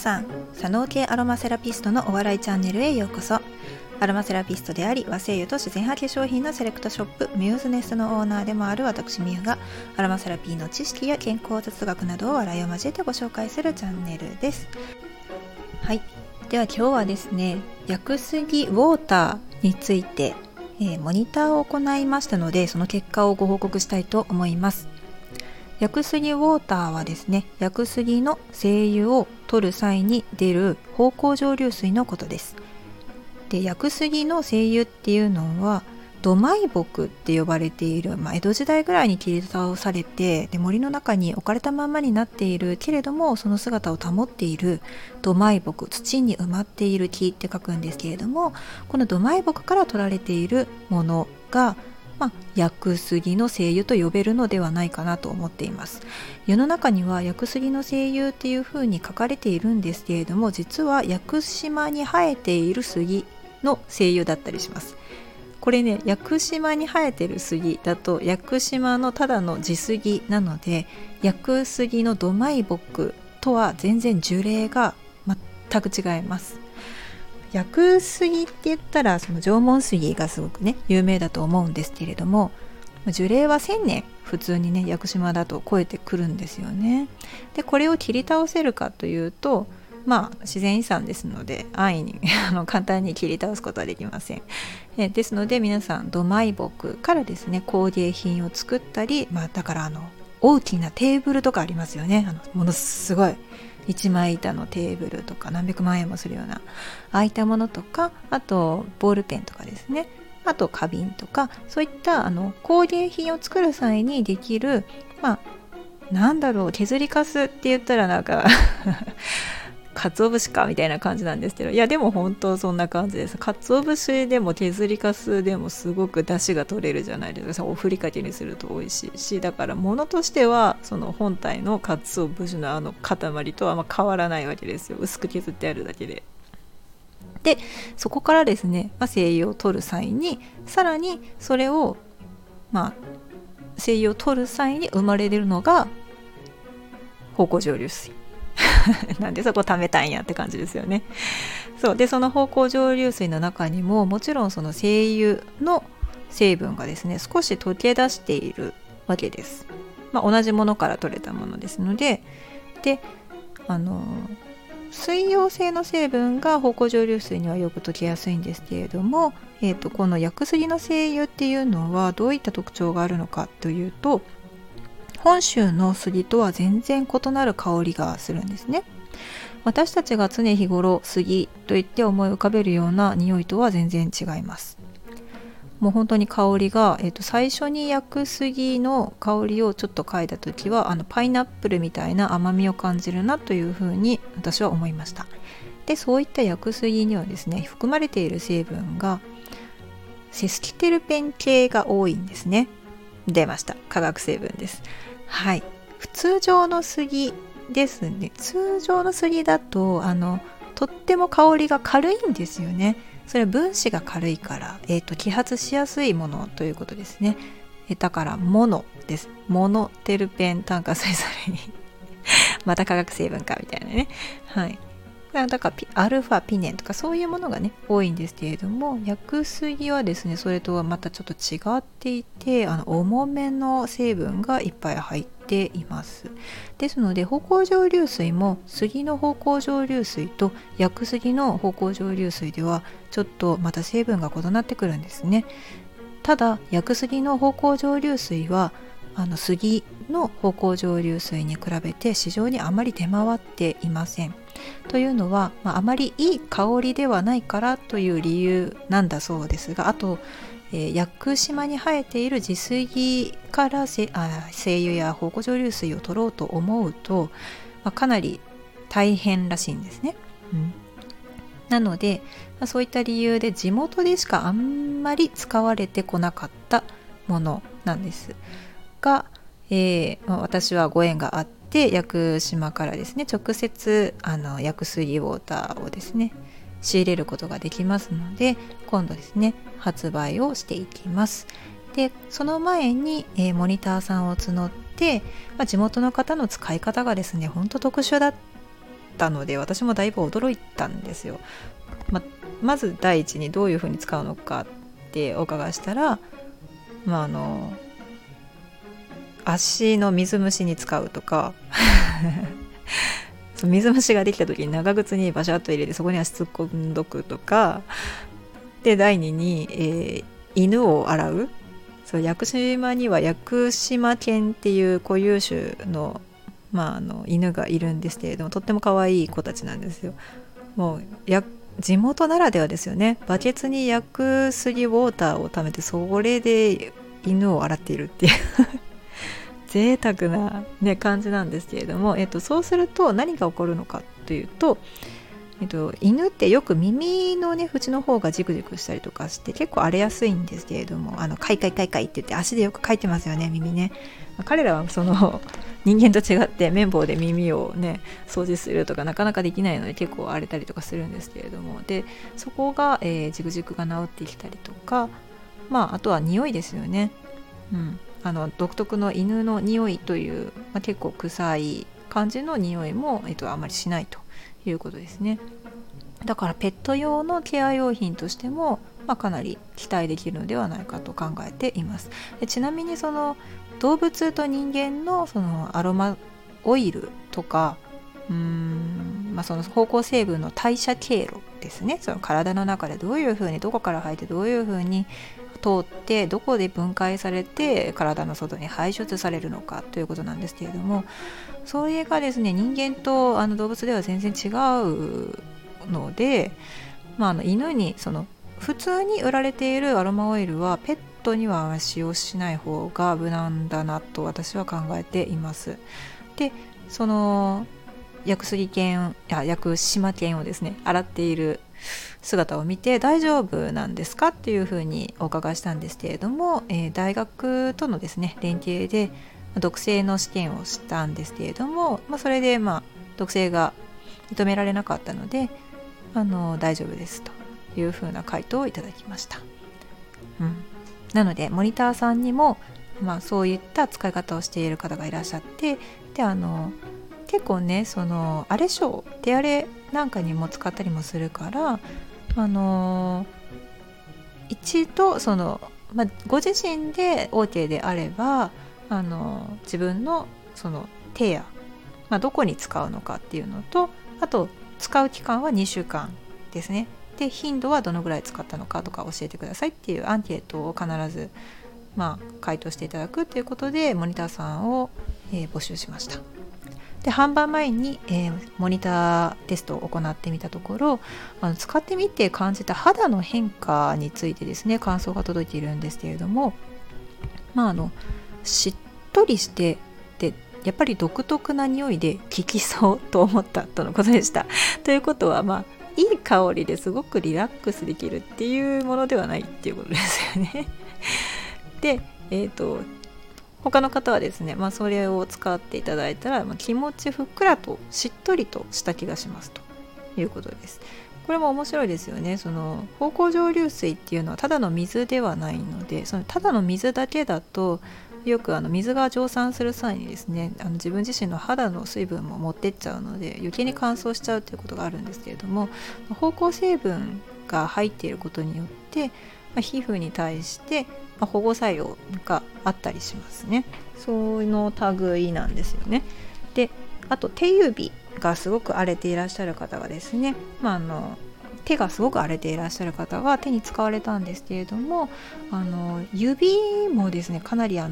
さん、左脳系アロマセラピストのお笑いチャンネルへようこそ。アロマセラピストであり和精油と自然派化粧品のセレクトショップミューズネスのオーナーでもある私みゆがアロマセラピーの知識や健康哲学などを笑いを交えてご紹介するチャンネルです。はい、では今日はですね、薬杉ウォーターについて、モニターを行いましたので、その結果をご報告したいと思います。薬杉ウォーターはですね、薬杉の精油を取る際に出る芳香蒸留水のことです。で、薬杉の精油っていうのは土埋木って呼ばれている、江戸時代ぐらいに切り倒されて、で森の中に置かれたままになっているけれども、その姿を保っている土埋木、土に埋まっている木って書くんですけれども、この土埋木から取られているものが薬杉の精油と呼べるのではないかなと思っています。世の中には薬杉の精油っていうふうに書かれているんですけれども、実は屋久島に生えている杉の精油だったりします。これね、屋久島に生えている杉だと屋久島のただの地杉なので、薬杉の土埋木とは全然樹齢が全く違います。薬杉って言ったらその縄文杉がすごくね有名だと思うんですけれども、樹齢は1000年普通にね屋久島だと超えてくるんですよね。でこれを切り倒せるかというと、自然遺産ですので安易に簡単に切り倒すことはできません。ですので皆さん土埋木からですね工芸品を作ったり、だから大きなテーブルとかありますよね。ものすごい一枚板のテーブルとか何百万円もするようなああいったものとか、あとボールペンとかですね、あと花瓶とか、そういった工芸品を作る際にできる削りカスって言ったらなんか鰹節かみたいな感じなんですけど、いやでも本当そんな感じです。鰹節でも削りかすでもすごく出汁が取れるじゃないですか。おふりかけにすると美味しいし、だから物としてはその本体の鰹節の塊とは変わらないわけですよ。薄く削ってあるだけで。でそこからですね、精油を取る際にさらにそれを精油を取る際に生まれるのが芳香蒸留水なんでそこ貯めたんやって感じですよね。そうで、その芳香蒸留水の中にももちろんその精油の成分がですね少し溶け出しているわけです。同じものから取れたものですので、水溶性の成分が芳香蒸留水にはよく溶けやすいんですけれども、この薬杉の精油っていうのはどういった特徴があるのかというと、本州の杉とは全然異なる香りがするんですね。私たちが常日頃杉と言って思い浮かべるような匂いとは全然違います。もう本当に香りが、最初に薬杉の香りをちょっと嗅いだ時はパイナップルみたいな甘みを感じるなというふうに私は思いました。でそういった薬杉にはですね含まれている成分がセスキテルペン系が多いんですね。出ました、化学成分です。はい、通常の杉ですね。通常の杉だととっても香りが軽いんですよね。それは分子が軽いから、揮発しやすいものということですね。だからモノです。モノテルペン炭化水素類また化学成分かみたいなね。はい。だからアルファピネンとかそういうものがね多いんですけれども、薬杉はですねそれとはまたちょっと違っていて、重めの成分がいっぱい入っています。ですので芳香蒸留水も杉の芳香蒸留水と薬杉の芳香蒸留水ではちょっとまた成分が異なってくるんですね。ただ薬杉の芳香蒸留水は杉の芳香蒸留水に比べて市場にあまり出回っていません。というのは、あまりいい香りではないからという理由なんだそうですが、あと、屋久島に生えている地杉から精油や芳香蒸留水を取ろうと思うと、かなり大変らしいんですね。なので、そういった理由で地元でしかあんまり使われてこなかったものなんですが、私はご縁があって屋久島からですね直接薬杉ウォーターをですね仕入れることができますので、今度ですね発売をしていきます。でその前に、モニターさんを募って、地元の方の使い方がですね本当特殊だったので、私もだいぶ驚いたんですよ。まず第一にどういうふうに使うのかってお伺いしたら、足の水虫に使うとか水虫ができた時に長靴にバシャッと入れてそこに足突っ込んどくとかで、第二に、犬を洗う。屋久島には屋久島犬っていう固有種の、犬がいるんですけれども、とっても可愛い子たちなんですよ。もう地元ならではですよね。バケツに屋久杉ウォーターを溜めて、それで犬を洗っているっていう贅沢な、感じなんですけれども、そうすると何が起こるのかというと、犬ってよく耳の縁の方がジクジクしたりとかして結構荒れやすいんですけれども、カイカイカイカイって言って足でよくかいてますよね、耳ね。彼らはその人間と違って綿棒で耳を掃除するとかなかなかできないので結構荒れたりとかするんですけれども、でそこが、ジクジクが治ってきたりとか、あとは匂いですよね。独特の犬の匂いという、結構臭い感じの匂いも、あまりしないということですね。だからペット用のケア用品としても、かなり期待できるのではないかと考えています。でちなみにその動物と人間のそのアロマオイルとかその芳香成分の代謝経路ですね。その体の中でどういうふうにどこから入ってどういうふうに通ってどこで分解されて体の外に排出されるのかということなんですけれども、それがですね、人間と動物では全然違うので、犬にその普通に売られているアロマオイルはペットには使用しない方が無難だなと私は考えています。でその屋久島犬をですね洗っている姿を見て大丈夫なんですかっていうふうにお伺いしたんですけれども、大学とのですね連携で毒性の試験をしたんですけれども、それで毒性が認められなかったので大丈夫ですというふうな回答をいただきました。なのでモニターさんにも、そういった使い方をしている方がいらっしゃって、で結構ねそのアレショー手荒れなんかにも使ったりもするから一度その、ご自身で OK であれば自分のその手や、どこに使うのかっていうのと、あと使う期間は2週間ですね。で頻度はどのぐらい使ったのかとか教えてくださいっていうアンケートを必ず回答していただくということでモニターさんを、募集しました。で販売前に、モニターテストを行ってみたところ使ってみて感じた肌の変化についてですね感想が届いているんですけれども、しっとりしてでやっぱり独特な匂いで効きそうと思ったとのことでした。ということはいい香りですごくリラックスできるっていうものではないっていうことですよね。で、他の方はですね、それを使っていただいたら、気持ちふっくらとしっとりとした気がしますということです。これも面白いですよね。その芳香蒸留水っていうのはただの水ではないので、そのただの水だけだとよく水が蒸散する際にですね自分自身の肌の水分も持ってっちゃうので余計に乾燥しちゃうということがあるんですけれども、芳香成分が入っていることによって、皮膚に対して保護作用があったりしますね。その類なんですよね。であと手指がすごく荒れていらっしゃる方がですね、手がすごく荒れていらっしゃる方は手に使われたんですけれども指もですねかなり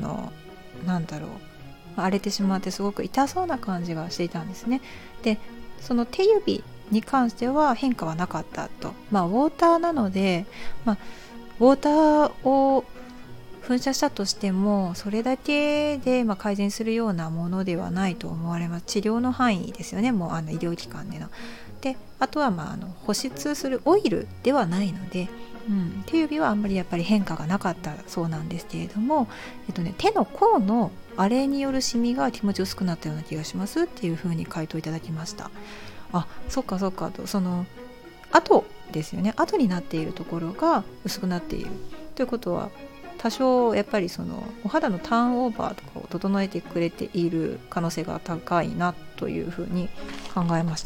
荒れてしまってすごく痛そうな感じがしていたんですね。でその手指に関しては変化はなかったと、ウォーターなので、ウォーターを噴射したとしてもそれだけで改善するようなものではないと思われます。治療の範囲ですよね。もう医療機関での。であとは保湿するオイルではないので、手指はあんまりやっぱり変化がなかったそうなんですけれども、手の甲の荒れによるシミが気持ち薄くなったような気がしますっていうふうに回答いただきました。そっかそっかと、その後ですよね。後になっているところが薄くなっているということは多少やっぱりそのお肌のターンオーバーとかを整えてくれている可能性が高いなというふうに考えました。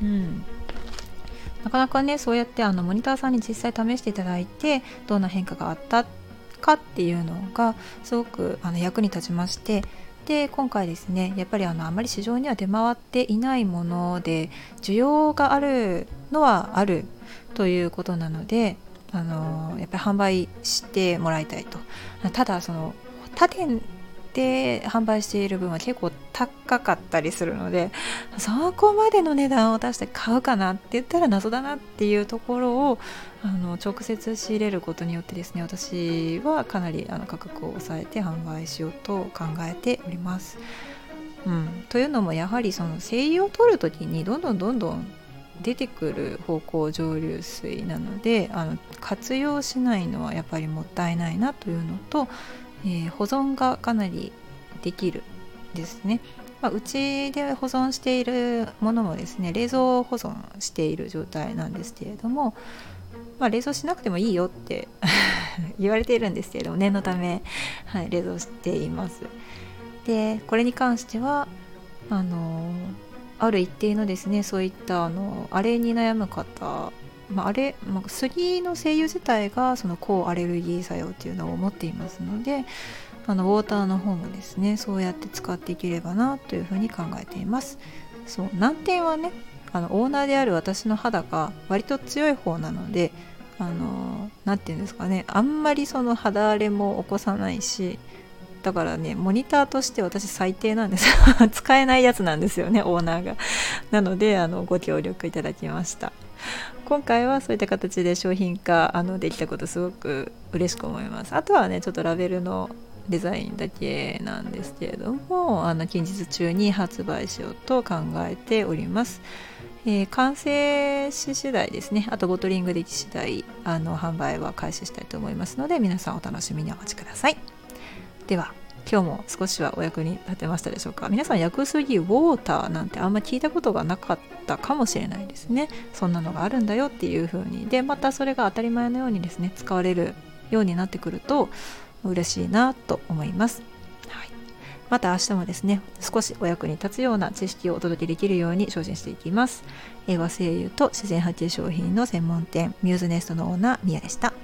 なかなかねそうやってモニターさんに実際試していただいてどんな変化があったかっていうのがすごく役に立ちまして、で今回ですねやっぱりあまり市場には出回っていないもので需要があるのはあるということなのでやっぱり販売してもらいたいと。ただその他店で販売している分は結構高かったりするので、そこまでの値段を出して買うかなって言ったら謎だなっていうところを直接仕入れることによってですね、私はかなり価格を抑えて販売しようと考えております。というのもやはりその精油を取るときにどんどん出てくる芳香蒸留水なので活用しないのはやっぱりもったいないなというのと、保存がかなりできるですね。うちで保存しているものもですね冷蔵保存している状態なんですけれども、冷蔵しなくてもいいよって言われているんですけれども念のため、冷蔵しています。でこれに関してはある一定のですねそういったアレに悩む方、杉の精油自体がその抗アレルギー作用っていうのを持っていますのでウォーターの方もですねそうやって使っていければなというふうに考えています。そう難点はねオーナーである私の肌が割と強い方なのでなんていうんですかね、あんまりその肌荒れも起こさないし、だからねモニターとして私最低なんです使えないやつなんですよねオーナーが。なのでご協力いただきました。今回はそういった形で商品化できたことすごく嬉しく思います。あとはねちょっとラベルのデザインだけなんですけれども近日中に発売しようと考えております。完成し次第ですね、あとボトリングでき次第販売は開始したいと思いますので皆さんお楽しみにお待ちください。では今日も少しはお役に立てましたでしょうか。皆さん薬杉ウォーターなんてあんま聞いたことがなかったかもしれないですね。そんなのがあるんだよっていう風にでまたそれが当たり前のようにですね使われるようになってくると嬉しいなと思います。また明日もですね少しお役に立つような知識をお届けできるように精進していきます。和精油と自然発酵商品の専門店ミューズネストのオーナーミヤでした。